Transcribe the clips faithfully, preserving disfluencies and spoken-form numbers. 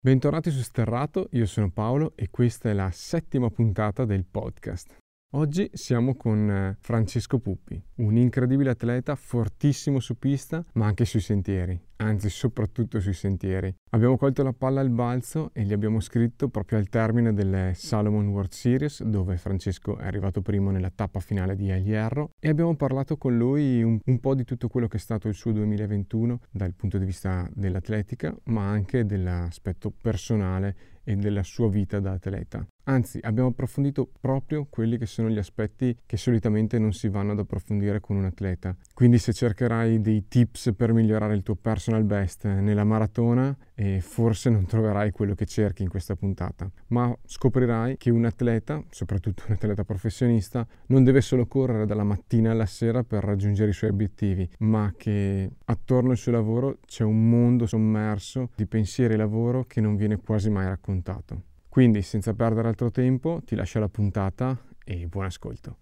Bentornati su Sterrato, io sono Paolo e questa è la settima puntata del podcast. Oggi siamo con Francesco Puppi, un incredibile atleta, fortissimo su pista, ma anche sui sentieri, anzi soprattutto sui sentieri. Abbiamo colto la palla al balzo e gli abbiamo scritto proprio al termine delle Salomon World Series, dove Francesco è arrivato primo nella tappa finale di El Hierro, e abbiamo parlato con lui un, un po' di tutto quello che è stato il suo duemilaventuno dal punto di vista dell'atletica, ma anche dell'aspetto personale e della sua vita da atleta. Anzi, abbiamo approfondito proprio quelli che sono gli aspetti che solitamente non si vanno ad approfondire con un atleta. Quindi se cercherai dei tips per migliorare il tuo personal best nella maratona, eh, forse non troverai quello che cerchi in questa puntata, ma scoprirai che un atleta, soprattutto un atleta professionista, non deve solo correre dalla mattina alla sera per raggiungere i suoi obiettivi, ma che attorno al suo lavoro c'è un mondo sommerso di pensieri e lavoro che non viene quasi mai raccontato. Quindi, senza perdere altro tempo, ti lascio la puntata e buon ascolto.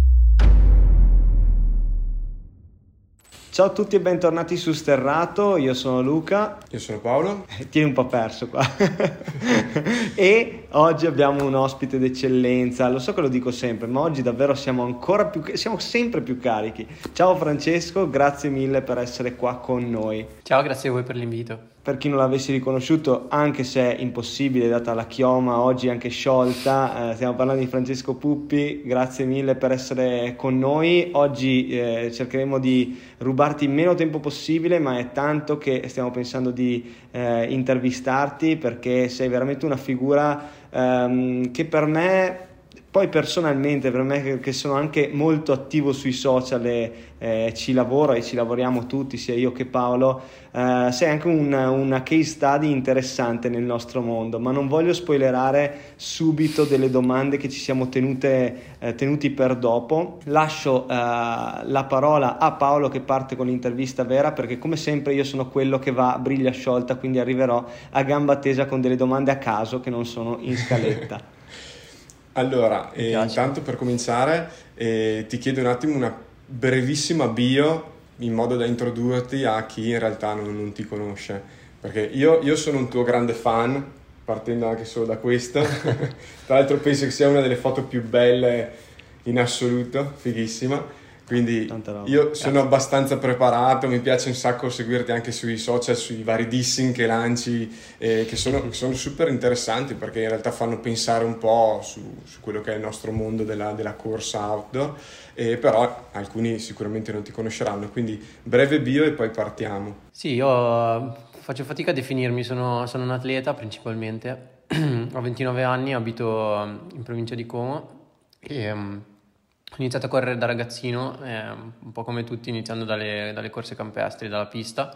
Ciao a tutti e bentornati su Sterrato, io sono Luca. Io sono Paolo. Tieni un po' perso qua. E oggi abbiamo un ospite d'eccellenza, lo so che lo dico sempre, ma oggi davvero siamo ancora più, siamo sempre più carichi. Ciao Francesco, grazie mille per essere qua con noi. Ciao, grazie a voi per l'invito. Per chi non l'avessi riconosciuto, anche se è impossibile data la chioma oggi anche sciolta, eh, stiamo parlando di Francesco Puppi, grazie mille per essere con noi. Oggi eh, cercheremo di rubarti il meno tempo possibile, ma è tanto che stiamo pensando di eh, intervistarti, perché sei veramente una figura ehm, che per me... Poi personalmente, per me che, che sono anche molto attivo sui social e eh, ci lavoro e ci lavoriamo tutti, sia io che Paolo, eh, sei anche una, una case study interessante nel nostro mondo, ma non voglio spoilerare subito delle domande che ci siamo tenute, eh, tenuti per dopo. Lascio eh, la parola a Paolo che parte con l'intervista vera, perché come sempre io sono quello che va a briglia sciolta, quindi arriverò a gamba tesa con delle domande a caso che non sono in scaletta. Allora, eh, intanto per cominciare eh, ti chiedo un attimo una brevissima bio in modo da introdurti a chi in realtà non, non ti conosce, perché io, io sono un tuo grande fan, partendo anche solo da questo. Tra l'altro penso che sia una delle foto più belle in assoluto, fighissima. Quindi io sono abbastanza preparato, mi piace un sacco seguirti anche sui social, sui vari dissing che lanci, eh, che sono, sono super interessanti, perché in realtà fanno pensare un po' su, su quello che è il nostro mondo della, della corsa outdoor, eh, però alcuni sicuramente non ti conosceranno, quindi breve bio e poi partiamo. Sì, io faccio fatica a definirmi, sono, sono un atleta principalmente, ho ventinove anni, abito in provincia di Como e... Um, Ho iniziato a correre da ragazzino, eh, un po' come tutti, iniziando dalle, dalle corse campestri, dalla pista,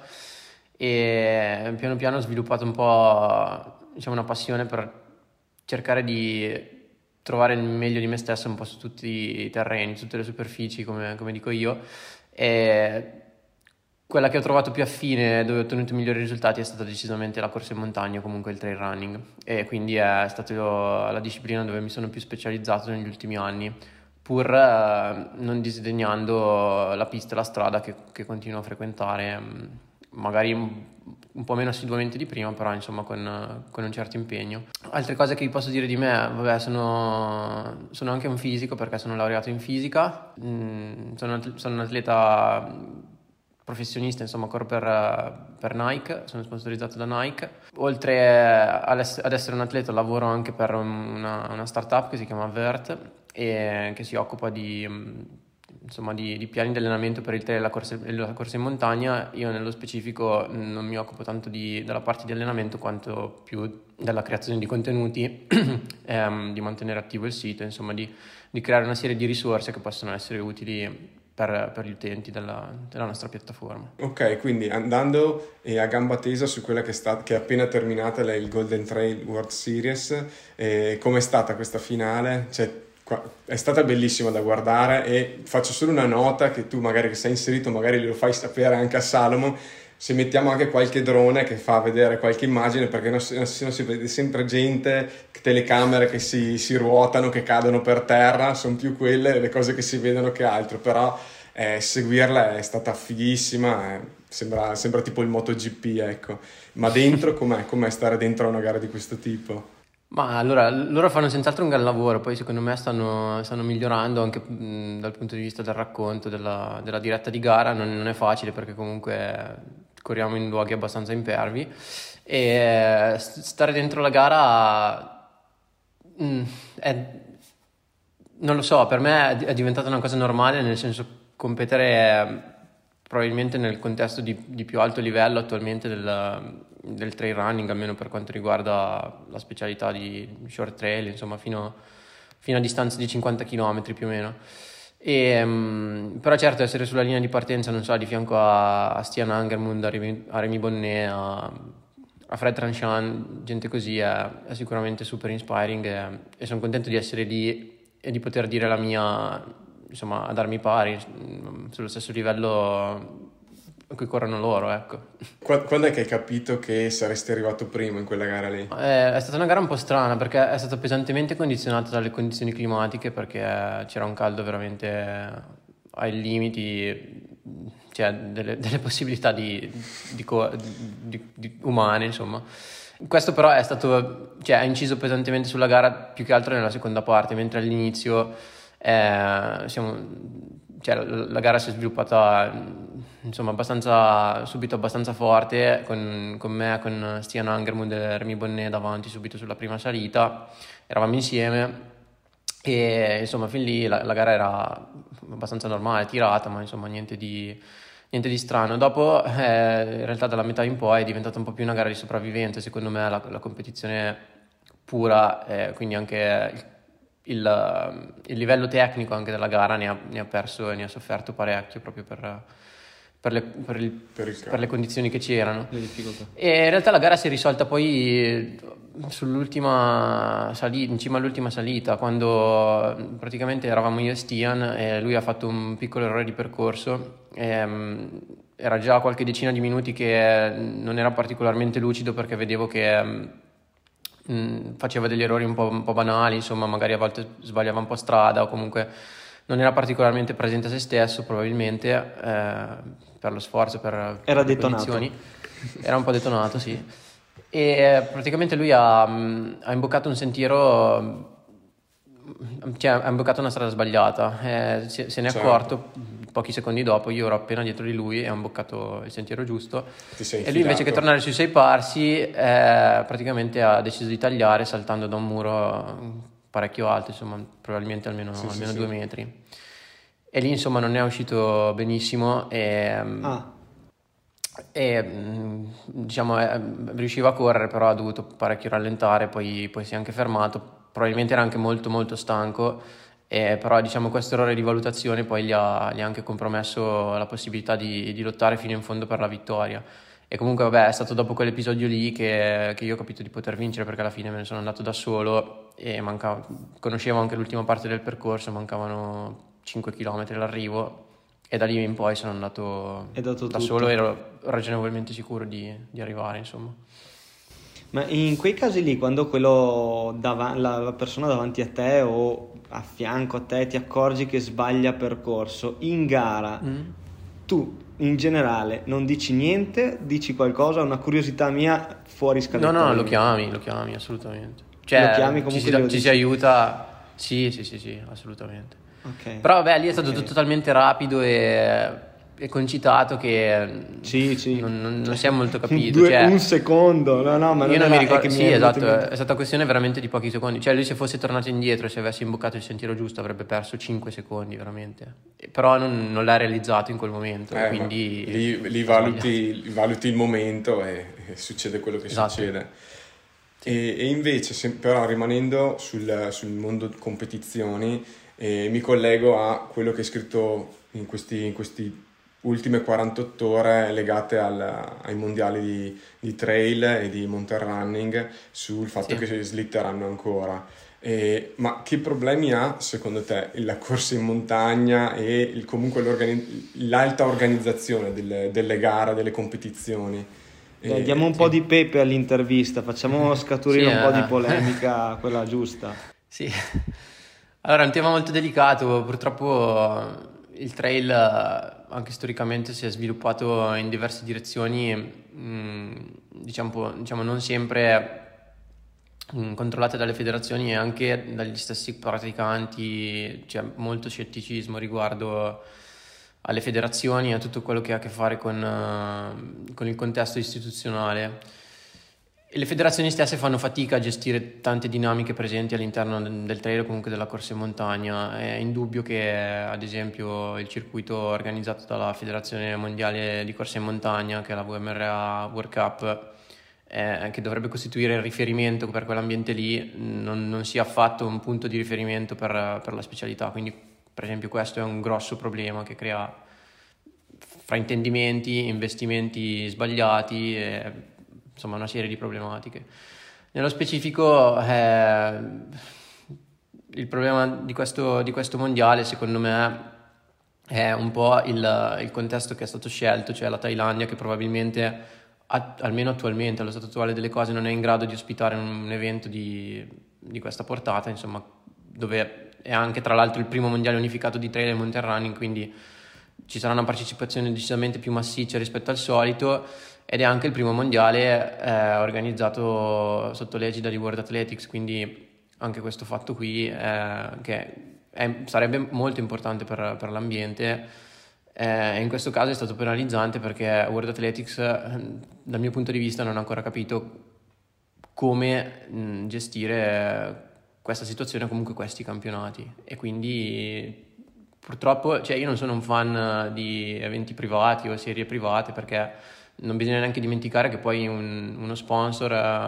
e piano piano ho sviluppato un po', diciamo, una passione per cercare di trovare il meglio di me stesso un po' su tutti i terreni, tutte le superfici, come, come dico io, e quella che ho trovato più affine, dove ho ottenuto i migliori risultati, è stata decisamente la corsa in montagna o comunque il trail running, e quindi è stata la disciplina dove mi sono più specializzato negli ultimi anni, pur eh, non disdegnando la pista e la strada che, che continuo a frequentare, magari un, un po' meno assiduamente di prima, però insomma con, con un certo impegno. Altre cose che vi posso dire di me, vabbè, sono, sono anche un fisico, perché sono laureato in fisica, mm, sono, sono un atleta professionista, insomma, corro per, per Nike, sono sponsorizzato da Nike. Oltre ad essere un atleta, lavoro anche per una, una startup che si chiama Vert, e che si occupa di, insomma, di, di piani di allenamento per il trail e la corsa, la corsa in montagna. Io nello specifico non mi occupo tanto di, della parte di allenamento quanto più della creazione di contenuti, ehm, di mantenere attivo il sito, insomma di, di creare una serie di risorse che possono essere utili per, per gli utenti della, della nostra piattaforma. Ok, quindi andando eh, a gamba tesa su quella che è, sta, che è appena terminata, il Golden Trail World Series, eh, com'è stata questa finale? Cioè, è stata bellissima da guardare, e faccio solo una nota che tu magari che sei inserito magari lo fai sapere anche a Salomon, se mettiamo anche qualche drone che fa vedere qualche immagine, perché non si, non si vede sempre gente, telecamere che si, si ruotano, che cadono per terra, sono più quelle le cose che si vedono che altro, però eh, seguirla è stata fighissima, eh, sembra, sembra tipo il MotoGP, ecco. Ma dentro com'è? Com'è stare dentro a una gara di questo tipo? Ma allora, loro fanno senz'altro un gran lavoro, poi secondo me stanno, stanno migliorando anche mh, dal punto di vista del racconto, della, della diretta di gara. Non, non è facile perché comunque corriamo in luoghi abbastanza impervi e stare dentro la gara mh, è, non lo so, per me è diventata una cosa normale, nel senso competere probabilmente nel contesto di, di più alto livello attualmente del, del trail running, almeno per quanto riguarda la specialità di short trail, insomma fino, fino a distanze di cinquanta chilometri più o meno. E, um, però certo essere sulla linea di partenza, non so, di fianco a, a Stian Angermund, a Remy, a Remy Bonnet, a, a Fred Tranchant, gente così è, è sicuramente super inspiring e, e sono contento di essere lì e di poter dire la mia, insomma, a darmi pari sullo stesso livello a cui corrono loro, ecco. Quando è che hai capito che saresti arrivato primo in quella gara lì? È, è stata una gara un po' strana perché è stata pesantemente condizionata dalle condizioni climatiche, perché c'era un caldo veramente ai limiti, cioè delle, delle possibilità di, di, di, di umane, insomma. Questo però è stato, cioè ha inciso pesantemente sulla gara più che altro nella seconda parte, mentre all'inizio eh, siamo, cioè, la, la gara si è sviluppata insomma abbastanza subito abbastanza forte con, con me, con Stian Angermund e Remy Bonnet davanti subito sulla prima salita, eravamo insieme e insomma fin lì la, la gara era abbastanza normale, tirata, ma insomma niente di Niente di strano. Dopo, eh, in realtà dalla metà in poi è diventata un po' più una gara di sopravvivenza, secondo me, la, la competizione pura, eh, quindi anche il, il, il livello tecnico anche della gara ne ha, ne ha perso e ne ha sofferto parecchio proprio per, per, le, per, il, per, il per le condizioni che c'erano. Le difficoltà. E in realtà la gara si è risolta poi sull'ultima salita, in cima all'ultima salita, quando praticamente eravamo io e Stian e lui ha fatto un piccolo errore di percorso. E, um, era già qualche decina di minuti che non era particolarmente lucido, perché vedevo che um, faceva degli errori un po', un po' banali, insomma magari a volte sbagliava un po' strada o comunque non era particolarmente presente a se stesso probabilmente, eh, per lo sforzo, per, era per le detonato. condizioni. Era un po' detonato, sì. E praticamente lui ha, ha imboccato un sentiero, cioè ha imboccato una strada sbagliata, eh, se, se ne è certo. accorto pochi secondi dopo. Io ero appena dietro di lui e ho imboccato il sentiero giusto. Ti sei e lui invece che tornare sui sei passi eh, praticamente ha deciso di tagliare saltando da un muro parecchio alto, insomma probabilmente almeno, sì, almeno sì, due sì. metri, e lì insomma non ne è uscito benissimo e... Ah. e diciamo eh, riusciva a correre, però ha dovuto parecchio rallentare, poi, poi si è anche fermato, probabilmente era anche molto molto stanco, eh, però diciamo questo errore di valutazione poi gli ha, gli ha anche compromesso la possibilità di, di lottare fino in fondo per la vittoria. E comunque vabbè, è stato dopo quell'episodio lì che, che io ho capito di poter vincere, perché alla fine me ne sono andato da solo e mancava, conoscevo anche l'ultima parte del percorso, mancavano cinque chilometri all'arrivo. E da lì in poi sono andato da tutto. solo, ero ragionevolmente sicuro di, di arrivare, insomma. Ma in quei casi lì, quando quello dav- la, la persona davanti a te o a fianco a te ti accorgi che sbaglia percorso, in gara, mm. tu in generale non dici niente, dici qualcosa, una curiosità mia fuori scaletta? No, no, lo chiami, lo chiami, assolutamente. Cioè, lo chiami comunque, ci, si, ci si aiuta, sì, sì, sì, sì, assolutamente. Okay. Però vabbè, lì è stato okay. tutto talmente rapido e, e concitato che sì, sì. non, non, non si è molto capito. Due, cioè, un secondo, no, no, ma io non, non era, mi ricordo. è che sì, mi è esatto, è, è stata questione veramente di pochi secondi. Cioè, lui se fosse tornato indietro, se avesse imboccato il sentiero giusto, avrebbe perso cinque secondi, veramente. Però non, non l'ha realizzato in quel momento. Eh, quindi lì, lì valuti, valuti il momento e, e succede quello che esatto. succede. Sì. E, e invece, se, però, rimanendo sul, sul mondo competizioni. E mi collego a quello che hai scritto in questi, in questi ultime quarantotto ore legate al, ai mondiali di, di trail e di mountain running, sul fatto sì. che si slitteranno ancora. E, ma che problemi ha secondo te la corsa in montagna e il, comunque l'alta organizzazione delle, delle gare, delle competizioni? Dai, diamo un sì. po' di pepe all'intervista, facciamo scaturire sì, un po' eh. di polemica, quella giusta. Sì. Allora, è un tema molto delicato, purtroppo il trail eh, anche storicamente si è sviluppato in diverse direzioni, mh, diciamo, diciamo non sempre mh, controllate dalle federazioni e anche dagli stessi praticanti. C'è molto scetticismo riguardo alle federazioni e a tutto quello che ha a che fare con, eh, con il contesto istituzionale. E le federazioni stesse fanno fatica a gestire tante dinamiche presenti all'interno del trail o comunque della corsa in montagna. È indubbio che, ad esempio, il circuito organizzato dalla Federazione Mondiale di Corsa in Montagna, che è la V M R A World Cup, eh, che dovrebbe costituire il riferimento per quell'ambiente lì, non, non sia affatto un punto di riferimento per, per la specialità. Quindi, per esempio, questo è un grosso problema che crea fraintendimenti, investimenti sbagliati e, insomma, una serie di problematiche. Nello specifico eh, il problema di questo, di questo mondiale, secondo me, è un po' il, il contesto che è stato scelto, cioè la Thailandia, che probabilmente, a, almeno attualmente, allo stato attuale delle cose, non è in grado di ospitare un, un evento di, di questa portata, insomma, dove è anche tra l'altro il primo mondiale unificato di trail e mountain running, quindi ci sarà una partecipazione decisamente più massiccia rispetto al solito, ed è anche il primo mondiale eh, organizzato sotto l'egida di World Athletics, quindi anche questo fatto qui eh, che è, sarebbe molto importante per, per l'ambiente, eh, e in questo caso è stato penalizzante perché World Athletics, dal mio punto di vista, non ha ancora capito come mh, gestire questa situazione o comunque questi campionati, e quindi purtroppo, cioè, io non sono un fan di eventi privati o serie private, perché non bisogna neanche dimenticare che poi un, uno sponsor,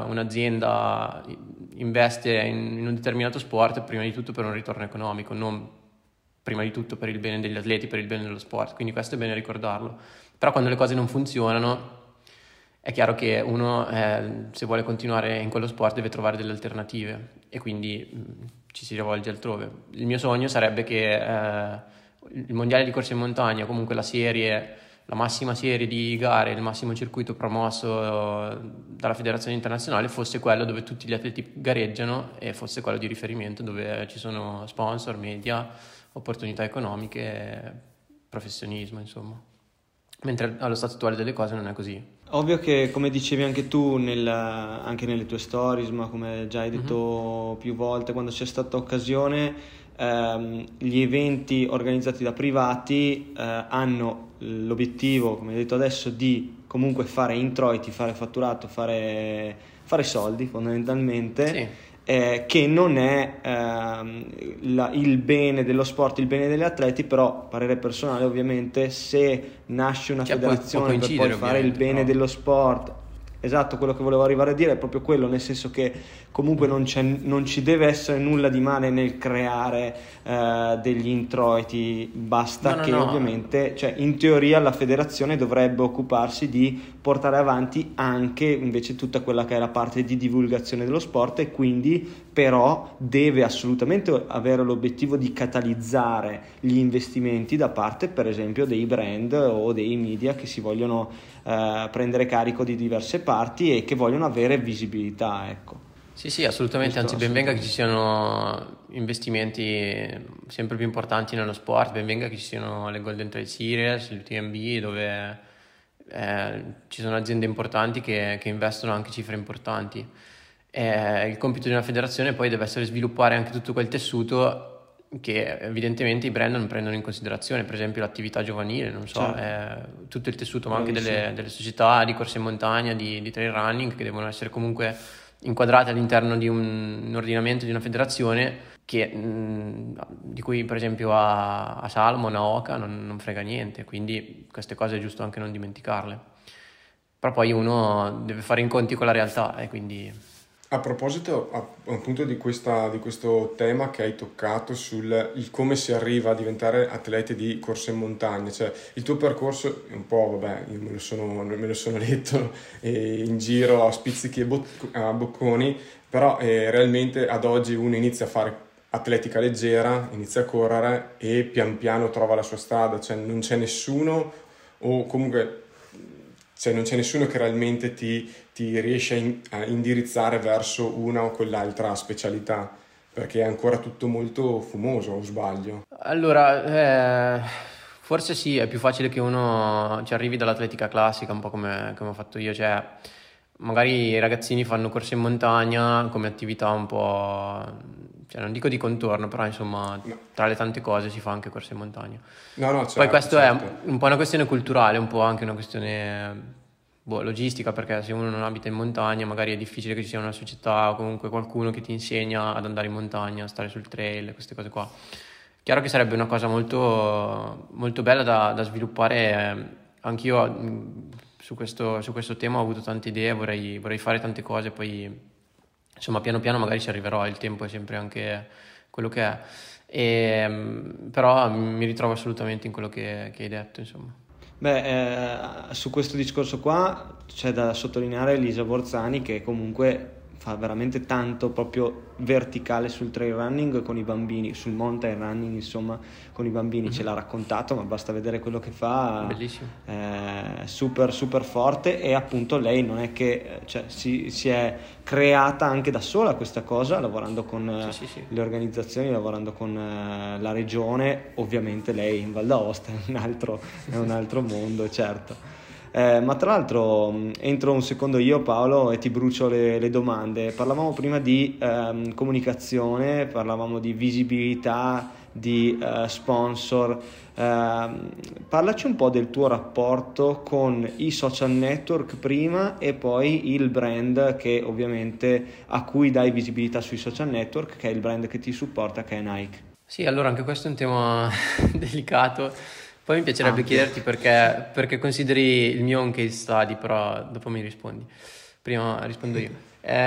un'azienda investe in, in un determinato sport prima di tutto per un ritorno economico, non prima di tutto per il bene degli atleti, per il bene dello sport, quindi questo è bene ricordarlo. Però quando le cose non funzionano è chiaro che uno, eh, se vuole continuare in quello sport, deve trovare delle alternative, e quindi mh, ci si rivolge altrove. Il mio sogno sarebbe che eh, il mondiale di corsa in montagna, comunque la serie, la massima serie di gare, il massimo circuito promosso dalla federazione internazionale, fosse quello dove tutti gli atleti gareggiano e fosse quello di riferimento, dove ci sono sponsor, media, opportunità economiche, professionismo, insomma. Mentre allo stato attuale delle cose non è così. Ovvio che, come dicevi anche tu nel, anche nelle tue stories, ma come già hai detto mm-hmm. più volte quando c'è stata occasione, ehm, gli eventi organizzati da privati eh, hanno l'obiettivo, come hai detto adesso, di comunque fare introiti, fare fatturato, fare, fare soldi fondamentalmente. Sì. Eh, che non è ehm, la, il bene dello sport, il bene degli atleti, però parere personale ovviamente, se nasce una cioè, federazione per poi fare il bene però. dello sport, esatto, quello che volevo arrivare a dire è proprio quello, nel senso che comunque non, c'è, non ci deve essere nulla di male nel creare eh, degli introiti, basta no, no, che no. ovviamente, cioè in teoria la federazione dovrebbe occuparsi di portare avanti anche invece tutta quella che è la parte di divulgazione dello sport, e quindi però deve assolutamente avere l'obiettivo di catalizzare gli investimenti da parte, per esempio, dei brand o dei media che si vogliono eh, prendere carico di diverse parti e che vogliono avere visibilità, ecco. Sì, sì, assolutamente, anzi ben venga che ci siano investimenti sempre più importanti nello sport, ben venga che ci siano le Golden Trail Series, l'U T M B, dove eh, ci sono aziende importanti che, che investono anche cifre importanti. Eh, il compito di una federazione poi deve essere sviluppare anche tutto quel tessuto che evidentemente i brand non prendono in considerazione, per esempio l'attività giovanile, non so, certo. eh, tutto il tessuto, ma anche delle, delle società di corsa in montagna, di, di trail running, che devono essere comunque inquadrate all'interno di un, un ordinamento di una federazione che, mh, di cui per esempio a, a Salomon, a Oca non, non frega niente, quindi queste cose è giusto anche non dimenticarle. Però poi uno deve fare i conti con la realtà, e quindi... A proposito appunto di, questa, di questo tema che hai toccato sul il come si arriva a diventare atleti di corsa in montagna, cioè il tuo percorso è un po', vabbè, io me lo sono, me lo sono letto eh, in giro a spizzichi e boc- a bocconi, però eh, realmente ad oggi uno inizia a fare atletica leggera, inizia a correre e pian piano trova la sua strada, cioè non c'è nessuno o comunque... Cioè non c'è nessuno che realmente ti, ti riesce a, in, a indirizzare verso una o quell'altra specialità, perché è ancora tutto molto fumoso, o sbaglio? Allora, eh, Forse sì, è più facile che uno ci arrivi dall'atletica classica, un po' come, come ho fatto io, cioè magari i ragazzini fanno corse in montagna come attività un po', cioè non dico di contorno, però insomma No. tra le tante cose si fa anche corse in montagna. No, no, certo, Poi questo certo. è un po' una questione culturale, un po' anche una questione boh, logistica, perché se uno non abita in montagna magari è difficile che ci sia una società o comunque qualcuno che ti insegna ad andare in montagna, a stare sul trail, queste cose qua. Chiaro che sarebbe una cosa molto, molto bella da, da sviluppare. Anch'io mh, su questo, su questo tema ho avuto tante idee, vorrei, vorrei fare tante cose, poi insomma piano piano magari ci arriverò, il tempo è sempre anche quello che è. E, mh, però mi ritrovo assolutamente in quello che, che hai detto, insomma. Beh, eh, su questo discorso qua c'è da sottolineare Elisa Borzani, che comunque fa veramente tanto proprio verticale sul trail running con i bambini, sul mountain running insomma con i bambini, mm-hmm. Ce l'ha raccontato, ma basta vedere quello che fa. Bellissimo. È super super forte, e appunto lei non è che cioè, si, si è creata anche da sola questa cosa, lavorando con sì, sì, sì. le organizzazioni, lavorando con uh, la regione. Ovviamente lei in Val d'Aosta è un altro, è un altro mondo, certo. Eh, ma tra l'altro entro un secondo io, Paolo, e ti brucio le, le domande. Parlavamo prima di ehm, comunicazione, parlavamo di visibilità, di eh, sponsor. Eh, parlaci un po' del tuo rapporto con i social network prima e poi il brand che ovviamente a cui dai visibilità sui social network, che è il brand che ti supporta, che è Nike. Sì, allora anche questo è un tema delicato. Poi mi piacerebbe ah, chiederti perché, perché consideri il mio un case study, però dopo mi rispondi. Prima rispondo io.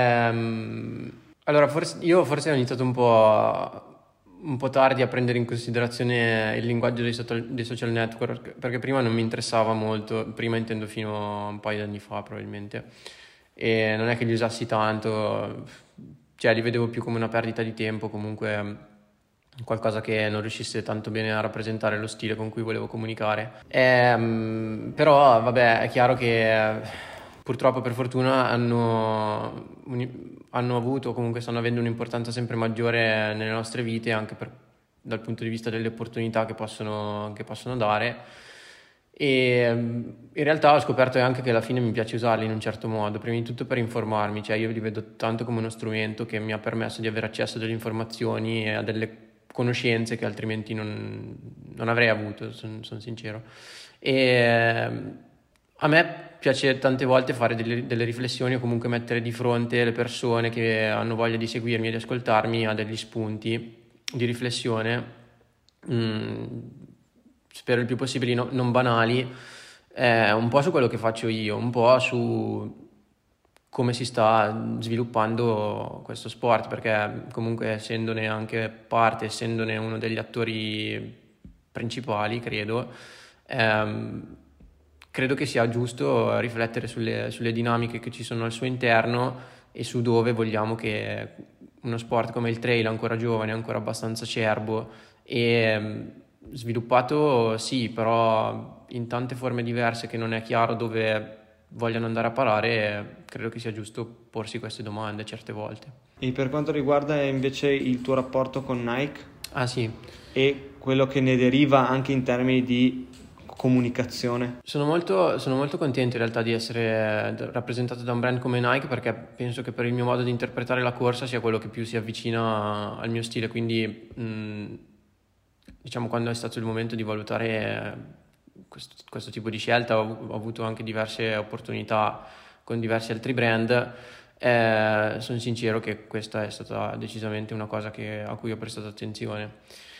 Ehm, allora, forse, io forse ho iniziato un po', un po' tardi a prendere in considerazione il linguaggio dei social, dei social network, perché prima non mi interessava molto, prima intendo fino a un paio di anni fa probabilmente, e non è che li usassi tanto, cioè li vedevo più come una perdita di tempo, comunque qualcosa che non riuscisse tanto bene a rappresentare lo stile con cui volevo comunicare. Ehm, però vabbè, è chiaro che purtroppo, per fortuna, hanno, hanno avuto, comunque stanno avendo un'importanza sempre maggiore nelle nostre vite, anche per, dal punto di vista delle opportunità che possono, che possono dare. E in realtà ho scoperto anche che alla fine mi piace usarli in un certo modo, prima di tutto per informarmi, cioè io li vedo tanto come uno strumento che mi ha permesso di avere accesso a delle informazioni e a delle conoscenze che altrimenti non, non avrei avuto, sono son sincero. E a me piace tante volte fare delle, delle riflessioni, o comunque mettere di fronte le persone che hanno voglia di seguirmi e di ascoltarmi a degli spunti di riflessione, mh, spero il più possibile no, non banali, eh, un po' su quello che faccio io, un po' su come si sta sviluppando questo sport, perché comunque essendone anche parte, essendone uno degli attori principali, credo, ehm, credo che sia giusto riflettere sulle, sulle dinamiche che ci sono al suo interno e su dove vogliamo che uno sport come il trail, ancora giovane, ancora abbastanza acerbo e sviluppato, sì, però in tante forme diverse che non è chiaro dove vogliono andare a parare, credo che sia giusto porsi queste domande certe volte. E per quanto riguarda invece il tuo rapporto con Nike? Ah sì. E quello che ne deriva anche in termini di comunicazione? Sono molto, sono molto contento in realtà di essere rappresentato da un brand come Nike, perché penso che per il mio modo di interpretare la corsa sia quello che più si avvicina al mio stile, quindi mh, diciamo quando è stato il momento di valutare questo, questo tipo di scelta ho, ho avuto anche diverse opportunità con diversi altri brand. Eh, sono sincero che questa è stata decisamente una cosa che, a cui ho prestato attenzione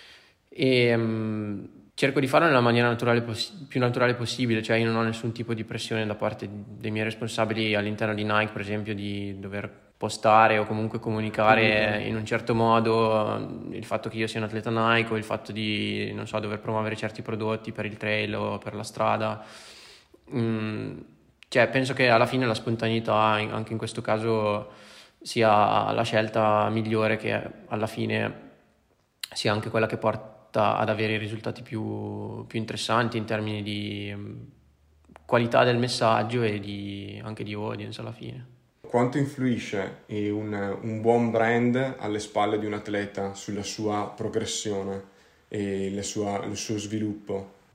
e mh, cerco di farlo nella maniera naturale poss- più naturale possibile, cioè io non ho nessun tipo di pressione da parte dei miei responsabili all'interno di Nike, per esempio, di dover postare o comunque comunicare in un certo modo il fatto che io sia un atleta Nike, o il fatto di, non so, dover promuovere certi prodotti per il trail o per la strada. Mm, cioè penso che alla fine la spontaneità anche in questo caso sia la scelta migliore, che alla fine sia anche quella che porta ad avere i risultati più, più interessanti in termini di qualità del messaggio e di, anche di audience alla fine. Quanto influisce un, un buon brand alle spalle di un atleta sulla sua progressione e la sua, il suo sviluppo?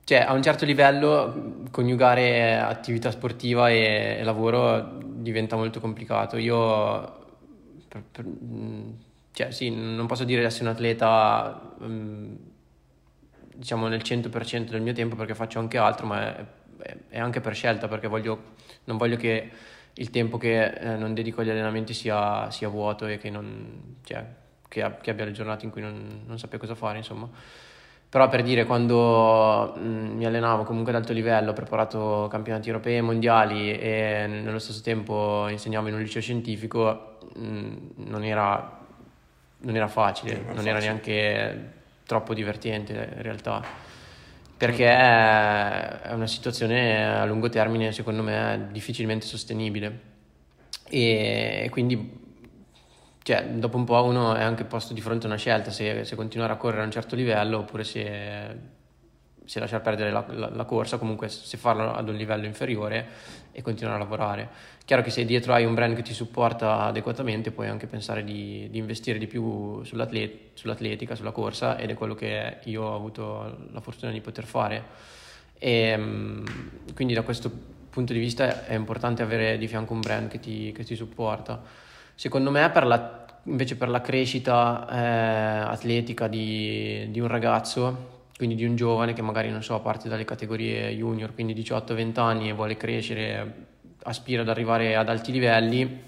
cioè a un certo livello coniugare attività sportiva e, e lavoro diventa molto complicato. Io per, per, cioè sì, non posso dire di essere un atleta um, diciamo nel cento per cento del mio tempo, perché faccio anche altro, ma è, è, è anche per scelta, perché voglio, non voglio che il tempo che eh, non dedico agli allenamenti sia, sia vuoto e che, non, cioè, che, che abbia le giornate in cui non, non sappia cosa fare, insomma. Però per dire, quando mh, mi allenavo comunque ad alto livello, ho preparato campionati europei e mondiali e nello stesso tempo insegnavo in un liceo scientifico, mh, non era, non era facile, non era, non facile. era neanche troppo divertente in realtà, perché è una situazione a lungo termine secondo me difficilmente sostenibile, e quindi cioè, dopo un po' uno è anche posto di fronte a una scelta, se, se continuare a correre a un certo livello oppure se, se lasciar perdere la, la, la corsa, comunque se farlo ad un livello inferiore e continuare a lavorare. Chiaro che se dietro hai un brand che ti supporta adeguatamente, puoi anche pensare di, di investire di più sull'atlet- sull'atletica, sulla corsa, ed è quello che io ho avuto la fortuna di poter fare. E quindi da questo punto di vista è importante avere di fianco un brand che ti, che ti supporta. Secondo me per la, invece per la crescita eh, atletica di, di un ragazzo, quindi di un giovane che magari non so parte dalle categorie junior, quindi diciotto venti anni, e vuole crescere, aspira ad arrivare ad alti livelli,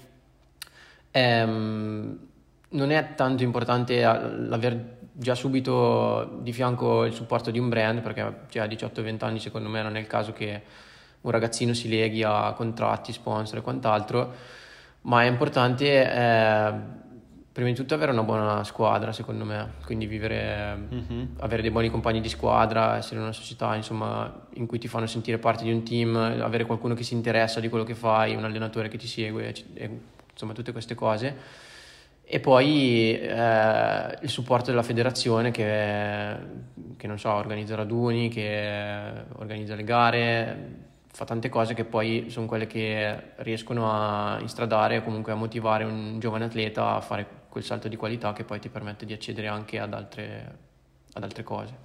ehm, non è tanto importante aver già subito di fianco il supporto di un brand, perché cioè, a diciotto venti anni secondo me non è il caso che un ragazzino si leghi a contratti, sponsor e quant'altro, ma è importante eh, prima di tutto avere una buona squadra, secondo me, quindi vivere, mm-hmm. avere dei buoni compagni di squadra, essere in una società insomma in cui ti fanno sentire parte di un team, avere qualcuno che si interessa di quello che fai, un allenatore che ti segue, e, insomma tutte queste cose. E poi eh, il supporto della federazione che, che non so, organizza raduni, che organizza le gare, fa tante cose che poi sono quelle che riescono a instradare o comunque a motivare un giovane atleta a fare quel salto di qualità che poi ti permette di accedere anche ad altre, ad altre cose.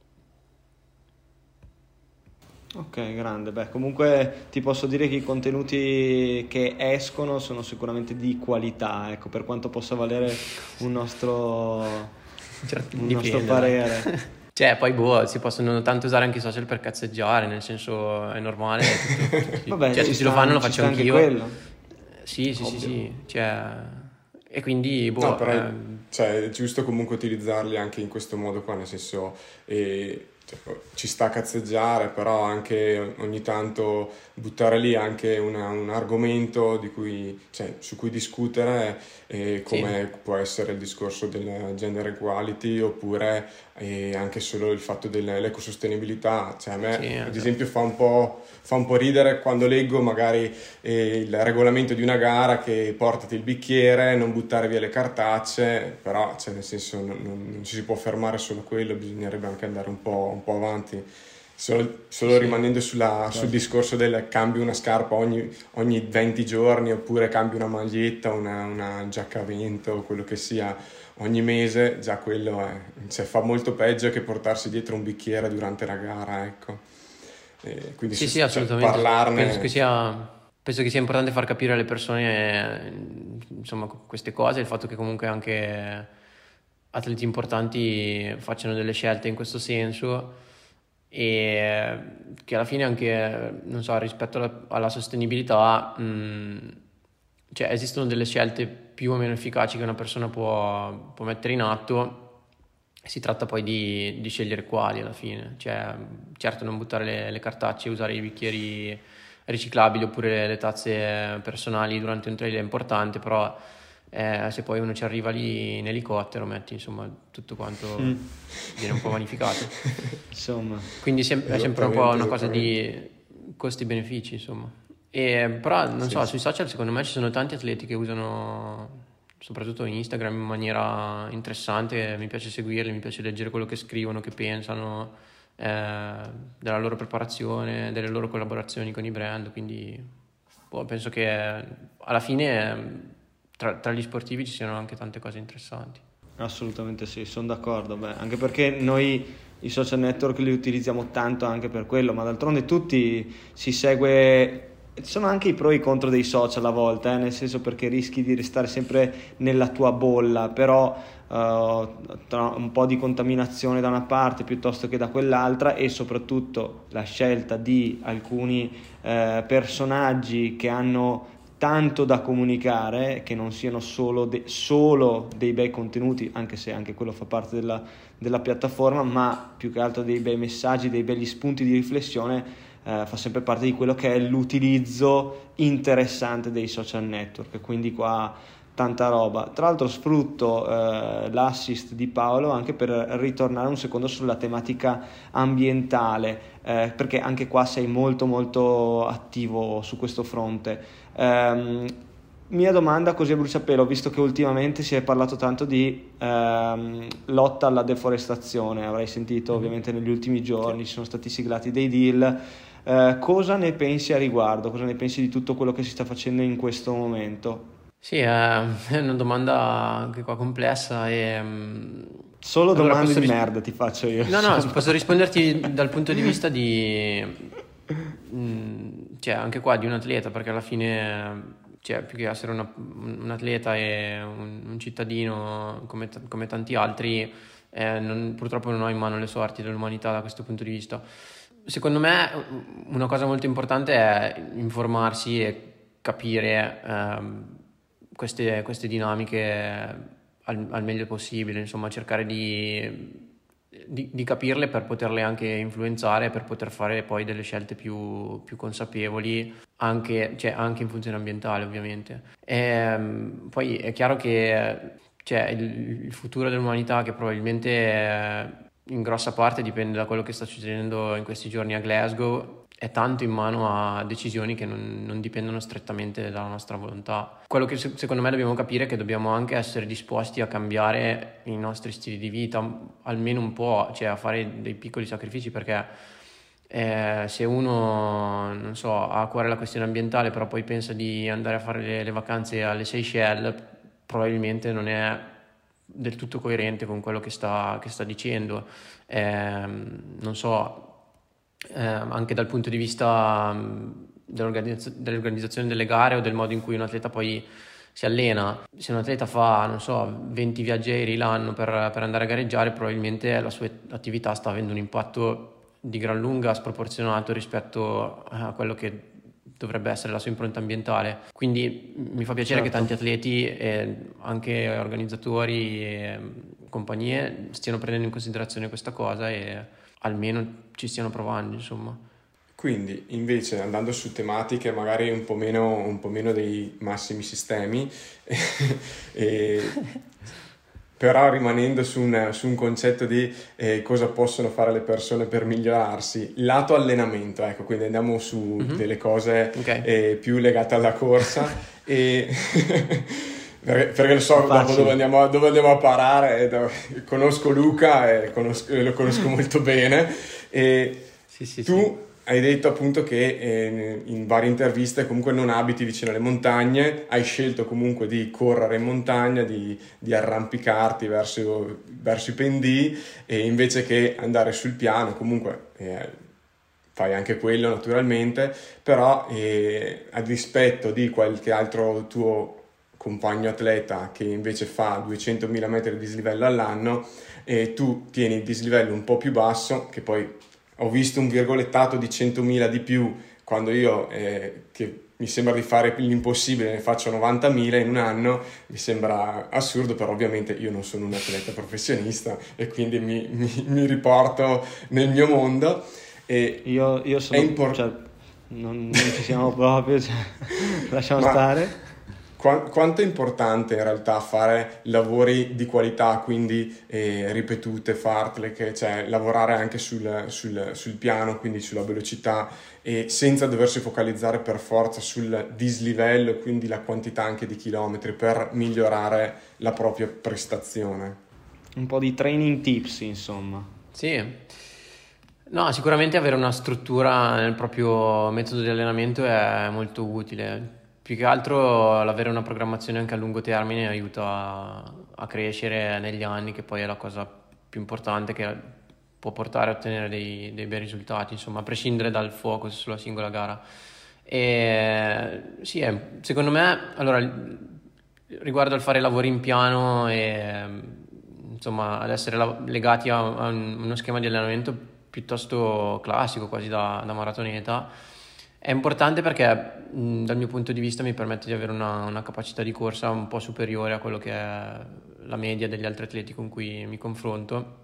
Ok, grande. Beh, comunque ti posso dire che i contenuti che escono sono sicuramente di qualità, ecco, per quanto possa valere un nostro, certo, un dipende, nostro parere. Cioè, poi boh, si possono tanto usare anche i social per cazzeggiare, nel senso è normale. Tutto, tutti, Vabbè, cioè, ci tutti sta, lo fanno, lo ci faccio sta anche anch'io. quello. Sì, sì, Ovvio. sì, sì, cioè, e quindi boh, no, però ehm... cioè, è giusto comunque utilizzarli anche in questo modo qua, nel senso eh, cioè, ci sta a cazzeggiare, però anche ogni tanto buttare lì anche una, un argomento di cui, cioè, su cui discutere, eh, come sì. può essere il discorso del gender equality, oppure eh, anche solo il fatto dell'ecosostenibilità. Cioè, a me sì, ad esatto. esempio fa un po', fa un po' ridere quando leggo magari eh, il regolamento di una gara che portati il bicchiere, non buttare via le cartacce, però cioè, nel senso non, non, non ci si può fermare solo quello, bisognerebbe anche andare un po', un po' avanti. Solo, solo sì, rimanendo sulla, certo. sul discorso del cambio una scarpa ogni, ogni venti giorni, oppure cambio una maglietta, una, una giacca a vento o quello che sia ogni mese, già quello è, cioè, fa molto peggio che portarsi dietro un bicchiere durante la gara, ecco. E quindi sì, se, sì, assolutamente. Cioè, parlarne... Penso che sia... Penso che sia importante far capire alle persone insomma queste cose, il fatto che comunque anche atleti importanti facciano delle scelte in questo senso, e che alla fine anche, non so, rispetto alla, alla sostenibilità, mh, cioè esistono delle scelte più o meno efficaci che una persona può, può mettere in atto, si tratta poi di, di scegliere quali alla fine, cioè certo non buttare le, le cartacce, usare i bicchieri riciclabili oppure le tazze personali durante un trail è importante, però eh, se poi uno ci arriva lì in elicottero, metti insomma tutto quanto mm. viene un po' vanificato. Insomma. Quindi sem- è sempre un po' una cosa di costi-benefici, insomma. E, però non sì, so, sì. sui social secondo me ci sono tanti atleti che usano soprattutto Instagram in maniera interessante, mi piace seguirli, mi piace leggere quello che scrivono, che pensano, eh, della loro preparazione, delle loro collaborazioni con i brand, quindi boh, penso che alla fine tra, tra gli sportivi ci siano anche tante cose interessanti. Assolutamente sì, sono d'accordo. Beh, anche perché noi i social network li utilizziamo tanto anche per quello, ma d'altronde tutti si segue. Ci sono anche i pro e i contro dei social a volte, eh, nel senso, perché rischi di restare sempre nella tua bolla, però uh, tra un po' di contaminazione da una parte piuttosto che da quell'altra, e soprattutto la scelta di alcuni uh, personaggi che hanno tanto da comunicare, che non siano solo, de- solo dei bei contenuti, anche se anche quello fa parte della, della piattaforma, ma più che altro dei bei messaggi, dei begli spunti di riflessione, eh, fa sempre parte di quello che è l'utilizzo interessante dei social network. Quindi qua tanta roba. Tra l'altro sfrutto eh, l'assist di Paolo anche per ritornare un secondo sulla tematica ambientale, eh, perché anche qua sei molto molto attivo su questo fronte. Um, mia domanda così a bruciapelo, visto che ultimamente si è parlato tanto di um, lotta alla deforestazione, avrai sentito ovviamente negli ultimi giorni, ci sono stati siglati dei deal, uh, cosa ne pensi a riguardo? Cosa ne pensi di tutto quello che si sta facendo in questo momento? Sì, è è una domanda anche qua complessa e... mm, Solo allora domande posso di ris- merda ti faccio io. No, no, posso risponderti dal punto di vista di... mm, cioè, anche qua di un atleta, perché alla fine, cioè, più che essere una- un atleta e un, un cittadino come, t- come tanti altri, eh, non- purtroppo non ho in mano le sorti dell'umanità da questo punto di vista. Secondo me una cosa molto importante è informarsi e capire ehm, queste, queste dinamiche al, al meglio possibile, insomma, cercare di, di, di capirle per poterle anche influenzare, per poter fare poi delle scelte più, più consapevoli, anche, cioè, anche in funzione ambientale, ovviamente. Ehm, poi è chiaro che cioè, il, il futuro dell'umanità, che probabilmente eh, in grossa parte dipende da quello che sta succedendo in questi giorni a Glasgow, è tanto in mano a decisioni che non, non dipendono strettamente dalla nostra volontà. Quello che se- secondo me dobbiamo capire è che dobbiamo anche essere disposti a cambiare i nostri stili di vita, almeno un po', cioè a fare dei piccoli sacrifici, perché eh, se uno, non so, ha a cuore la questione ambientale, però poi pensa di andare a fare le, le vacanze alle Seychelles, probabilmente non è del tutto coerente con quello che sta, che sta dicendo. Ehm, non so, eh, anche dal punto di vista mh, dell'organizza- dell'organizzazione delle gare o del modo in cui un atleta poi si allena. Se un atleta fa, non so, venti viaggi aerei l'anno per, per andare a gareggiare, probabilmente la sua attività sta avendo un impatto di gran lunga sproporzionato rispetto a quello che dovrebbe essere la sua impronta ambientale. Quindi mi fa piacere che Certo. tanti atleti e anche organizzatori e compagnie stiano prendendo in considerazione questa cosa e almeno ci stiano provando, insomma. Quindi, invece, andando su tematiche magari un po' meno, un po' meno dei massimi sistemi, e, però rimanendo su un, su un concetto di eh, cosa possono fare le persone per migliorarsi, lato allenamento, ecco, quindi andiamo su Mhm. delle cose Ok. eh, più legate alla corsa e... Perché, perché lo so dopo Facile. dove andiamo, a- dove andiamo a parare, e dove- conosco Luca e conosco- e lo conosco molto bene e Sì, sì, tu sì. hai detto appunto che eh, in varie interviste comunque non abiti vicino alle montagne, hai scelto comunque di correre in montagna, di, di arrampicarti verso, verso i pendii e invece che andare sul piano comunque eh, fai anche quello naturalmente, però eh, a dispetto di qualche altro tuo compagno atleta che invece fa duecentomila metri di dislivello all'anno e tu tieni il dislivello un po' più basso, che poi ho visto un virgolettato di centomila di più quando io, eh, che mi sembra di fare l'impossibile, ne faccio novantamila in un anno, mi sembra assurdo, però ovviamente io non sono un atleta professionista e quindi mi, mi, mi riporto nel mio mondo. E Io, io sono, è impor- cioè, non, non ci siamo proprio, cioè, lasciamo Ma stare. qua- quanto è importante in realtà fare lavori di qualità, quindi eh, ripetute, fartlek, cioè lavorare anche sul, sul- sul piano, quindi sulla velocità, e senza doversi focalizzare per forza sul dislivello, quindi la quantità anche di chilometri per migliorare la propria prestazione. Un po' di training tips, insomma. Sì. No, sicuramente avere una struttura nel proprio metodo di allenamento è molto utile. più che altro l'avere una programmazione anche a lungo termine aiuta a, a crescere negli anni, che poi è la cosa più importante che può portare a ottenere dei, dei bei risultati, insomma, a prescindere dal focus sulla singola gara. E sì, è, secondo me, allora, riguardo al fare lavori in piano e insomma ad essere la, legati a, a uno schema di allenamento piuttosto classico, quasi da, da maratoneta, è importante perché mh, dal mio punto di vista mi permette di avere una, una capacità di corsa un po' superiore a quello che è la media degli altri atleti con cui mi confronto,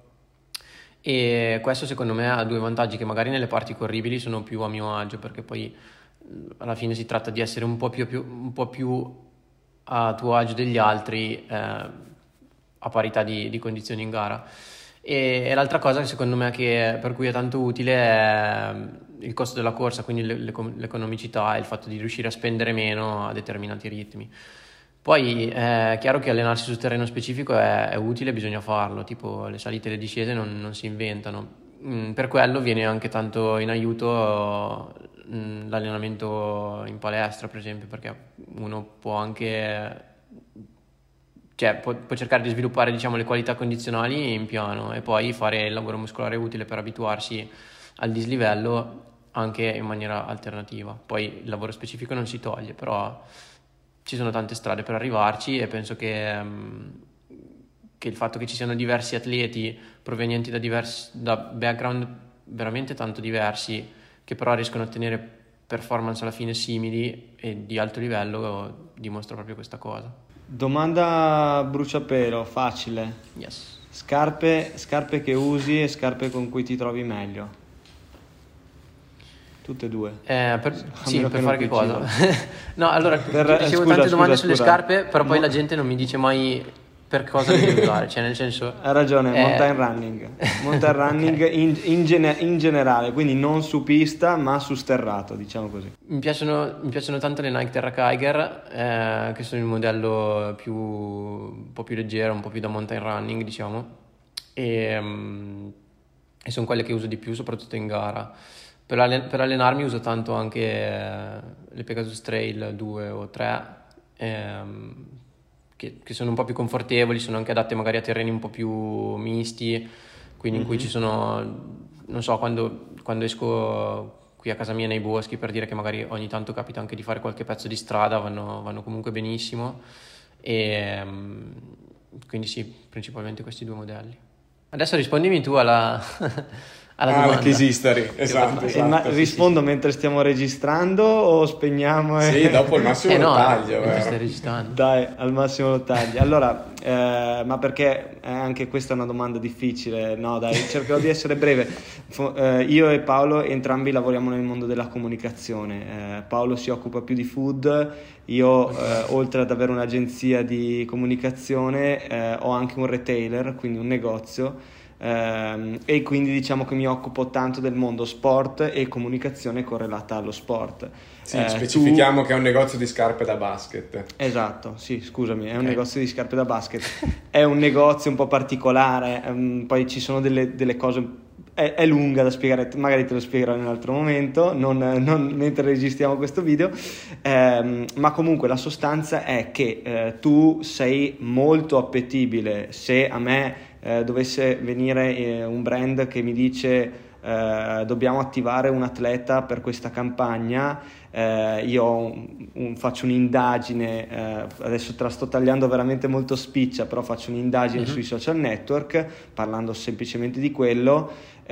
e questo secondo me ha due vantaggi: che magari nelle parti corribili sono più a mio agio, perché poi alla fine si tratta di essere un po' più, più, un po' più a tuo agio degli altri, eh, a parità di, di condizioni in gara. E, e l'altra cosa che secondo me che, per cui è tanto utile è il costo della corsa, quindi l'economicità e il fatto di riuscire a spendere meno a determinati ritmi. Poi è chiaro che allenarsi sul terreno specifico è, è utile, bisogna farlo, tipo le salite e le discese non, non si inventano. Mm, per quello viene anche tanto in aiuto mm, l'allenamento in palestra, per esempio, perché uno può anche... cioè può, può cercare di sviluppare, diciamo, le qualità condizionali in piano e poi fare il lavoro muscolare utile per abituarsi al dislivello anche in maniera alternativa. Poi il lavoro specifico non si toglie, però ci sono tante strade per arrivarci, e penso che, um, che il fatto che ci siano diversi atleti provenienti da, diversi, da background veramente tanto diversi, che però riescono a ottenere performance alla fine simili e di alto livello, dimostra proprio questa cosa. Domanda bruciapelo, facile. Yes. Scarpe, scarpe che usi e scarpe con cui ti trovi meglio. Tutte e due. Eh, per, sì, per che fare che cosa? No, allora, per, ricevo scusa, tante domande scusa, sulle scusa. scarpe, però poi Mo- la gente non mi dice mai per cosa devi usare, cioè nel senso... Hai ragione, eh, mountain running. Mountain running okay. in, in, gene- in generale, quindi non su pista ma su sterrato, diciamo così. Mi piacciono, mi piacciono tanto le Nike Terra Kiger, eh, che sono il modello più, un po' più leggero, un po' più da mountain running, diciamo, e, um, e sono quelle che uso di più, soprattutto in gara. Per, allen- per allenarmi uso tanto anche eh, le Pegasus Trail due o tre, ehm, che, che sono un po' più confortevoli, sono anche adatte magari a terreni un po' più misti, quindi in cui ci sono, non so, quando, quando esco qui a casa mia nei boschi, per dire, che magari ogni tanto capita anche di fare qualche pezzo di strada, vanno, vanno comunque benissimo, e um, quindi sì, principalmente questi due modelli. Adesso rispondimi tu alla... alla ah, domanda. la case history, esatto, esatto. Ma sì, rispondo sì, sì. mentre stiamo registrando o spegniamo? E... Sì, dopo il massimo eh lo no, taglio. mentre eh. stai registrando. Dai, al massimo lo tagli. Allora, eh, ma perché eh, anche questa è una domanda difficile? No, dai, cercherò di essere breve. Fo- eh, io e Paolo entrambi lavoriamo nel mondo della comunicazione. Eh, Paolo si occupa più di food, io eh, oltre ad avere un'agenzia di comunicazione eh, ho anche un retailer, quindi un negozio. Um, e quindi diciamo che mi occupo tanto del mondo sport e comunicazione correlata allo sport. Sì, eh, specifichiamo tu... che è un negozio di scarpe da basket. Esatto, sì, scusami, è un Okay. negozio di scarpe da basket. È un negozio un po' particolare, um, poi ci sono delle, delle cose, è, è lunga da spiegare, magari te lo spiegherò in un altro momento, non, non mentre registriamo questo video, um, ma comunque la sostanza è che uh, tu sei molto appetibile. Se a me Eh, dovesse venire eh, un brand che mi dice eh, dobbiamo attivare un atleta per questa campagna, eh, io un, un, faccio un'indagine, eh, adesso te la sto tagliando veramente molto spiccia, però faccio un'indagine mm-hmm. sui social network, parlando semplicemente di quello,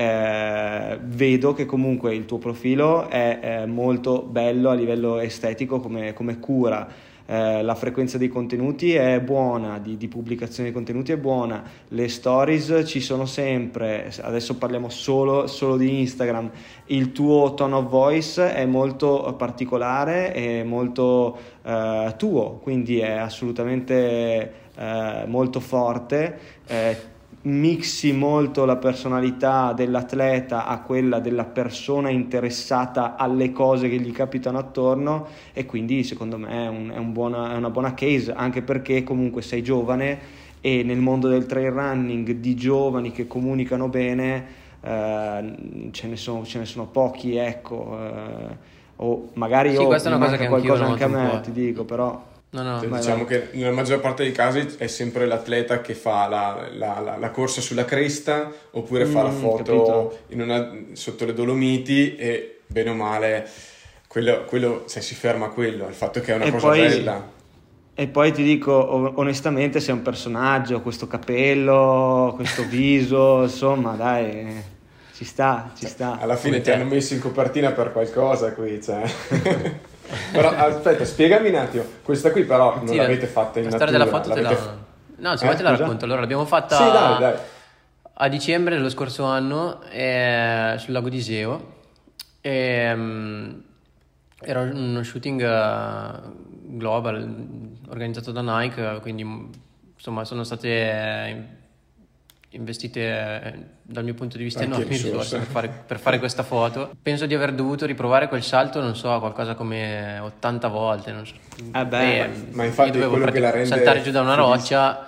eh, vedo che comunque il tuo profilo è, è molto bello a livello estetico come, come cura. Eh, la frequenza dei contenuti è buona, di, di pubblicazione di contenuti è buona, le stories ci sono sempre, adesso parliamo solo, solo di Instagram, il tuo tone of voice è molto particolare e molto eh, tuo, quindi è assolutamente eh, molto forte, eh, mixi molto la personalità dell'atleta a quella della persona interessata alle cose che gli capitano attorno, e quindi secondo me è, un, è, un buona, è una buona case, anche perché comunque sei giovane e nel mondo del trail running di giovani che comunicano bene eh, ce ne sono, ce ne sono pochi, ecco. eh, o magari Sì, io questa è mi una cosa manca che anch'io qualcosa anche a noto un me, po'. ti dico, però No, no. Cioè, vai, diciamo vai. che nella maggior parte dei casi è sempre l'atleta che fa la, la- la- la corsa sulla cresta oppure fa la Mm, foto capito. in una- sotto le Dolomiti e bene o male quello, quello cioè, si ferma a quello, il fatto che è una E cosa poi- bella. E poi ti dico o- onestamente sei un personaggio, questo capello, questo viso, insomma dai, eh, ci sta, ci sta. Alla fine Come ti te. hanno messo in copertina per qualcosa qui, cioè. Però aspetta, spiegami un attimo, questa qui però non Sì, l'avete fatta in la natura, storia della foto te la... l'avete- No, se Eh, vuoi te la scusa? racconto. Allora, l'abbiamo fatta Sì, dai, dai. a dicembre dello scorso anno eh, sul lago di Iseo. E, mm, era uno shooting eh, global mm, organizzato da Nike, quindi mm, insomma sono state eh, investite eh, dal mio punto di vista Anche enormi risorse. risorse per fare, per fare questa foto. Penso di aver dovuto riprovare quel salto, non so, qualcosa come ottanta volte. Non so. Eh beh, E, ma infatti io dovevo quello che la praticamente rende saltare giù da una fighissima. roccia.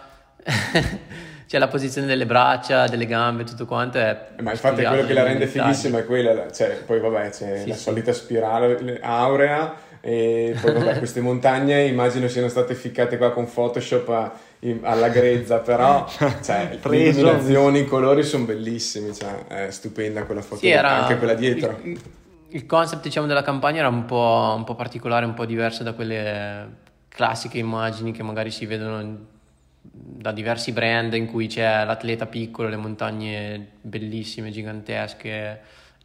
C'è la posizione delle braccia, delle gambe, tutto quanto è Ma infatti studiato quello che la nei rende dettagli. fighissima è quella, cioè, poi vabbè c'è Sì, la sì. solita spirale aurea e poi vabbè queste montagne immagino siano state ficcate qua con Photoshop a- in- alla grezza, però cioè, le Preso. illuminazioni, i colori sono bellissimi, cioè, è stupenda quella foto, Sì, era anche quella dietro. Il, il concept, diciamo, della campagna era un po', un po' particolare, un po' diverso da quelle classiche immagini che magari si vedono da diversi brand in cui c'è l'atleta piccolo, le montagne bellissime, gigantesche.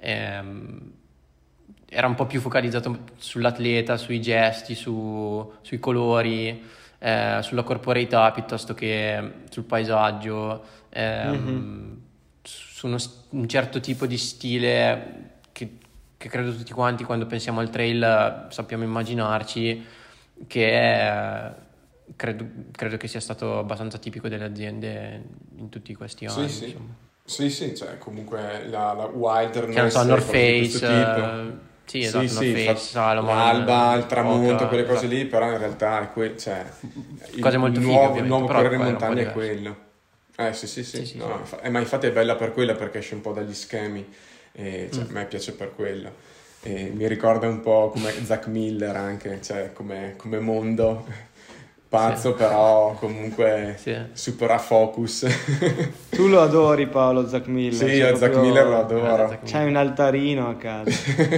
ehm, Era un po' più focalizzato sull'atleta, sui gesti, su- sui colori, eh, sulla corporeità piuttosto che sul paesaggio, ehm, Mhm. su uno s- un certo tipo di stile che, che credo tutti quanti quando pensiamo al trail eh, sappiamo immaginarci, che è, credo, credo che sia stato abbastanza tipico delle aziende in tutti questi Sì, anni. sì. Insomma. Sì, sì, cioè comunque la, la wilderness, Che non so, North cose di questo Face, tipo. eh, sì, Sì, esatto, sì, North Face, infatti, Salomon, l'alba, il eh, tramonto, Oka, quelle cose esatto. lì, però in realtà è que- cioè, il, Cose molto il fighe, nuovo, il ovviamente, nuovo però correre in poi era un po' montagna è diverso. quello. Eh sì, sì, sì, Sì, sì, no, sì. infa- eh, ma infatti è bella per quella perché esce un po' dagli schemi, e cioè, Mm. a me piace per quello. E mi ricorda un po' come Zach Miller anche, cioè come, come mondo, pazzo Sì. però comunque Sì. super a focus. Tu lo adori Paolo Zach Miller? Sì, cioè io Zach proprio- Miller lo Eh, adoro. Zach C'hai un altarino a casa.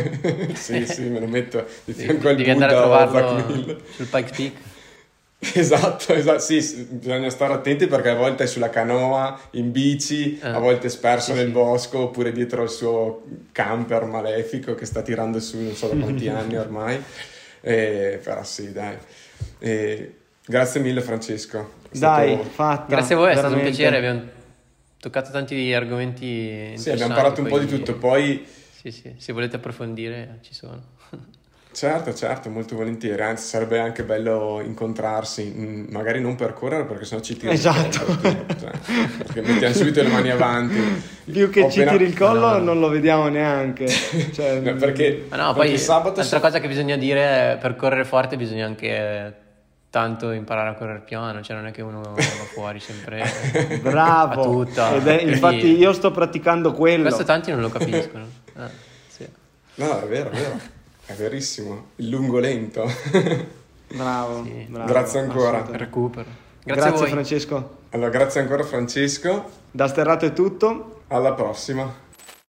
Sì, sì, me lo metto di Devi, fianco al devi andare a Buddha o Zach trovarlo Miller. sul Pikes Peak. Esatto, esatto, sì, sì, bisogna stare attenti perché a volte è sulla canoa, in bici, Eh, a volte è sperso sì, nel sì. bosco oppure dietro al suo camper malefico che sta tirando su non so da quanti anni ormai. Eh, però sì, dai. Eh, grazie mille Francesco. È Dai, stato- fatta. Grazie a voi, è stato un veramente. piacere, abbiamo toccato tanti argomenti Sì, interessanti. abbiamo parlato un po' di poi- tutto, poi Sì, sì, se volete approfondire ci sono. certo, certo, molto volentieri, anzi sarebbe anche bello incontrarsi, mm, magari non per correre perché sennò ci tiri Esatto. il collo, cioè, perché mettiamo subito le mani avanti. Più che Ho ci appena- tiri il collo No, no. non lo vediamo neanche. Cioè, No, perché, Ma no, perché poi sabato altra so- cosa che bisogna dire, per correre forte bisogna anche tanto imparare a correre piano, cioè non è che uno va fuori sempre Bravo. a tutta. Ed è- Quindi infatti io sto praticando quello. questo tanti non lo capiscono. Ah, sì. No, è vero, è vero, è verissimo, il lungo lento. Bravo, Sì. bravo, Grazie ancora. assolutamente. Recupero. Grazie, Grazie, a voi. Francesco. Allora, grazie ancora Francesco, Da Sterrato è tutto. alla prossima.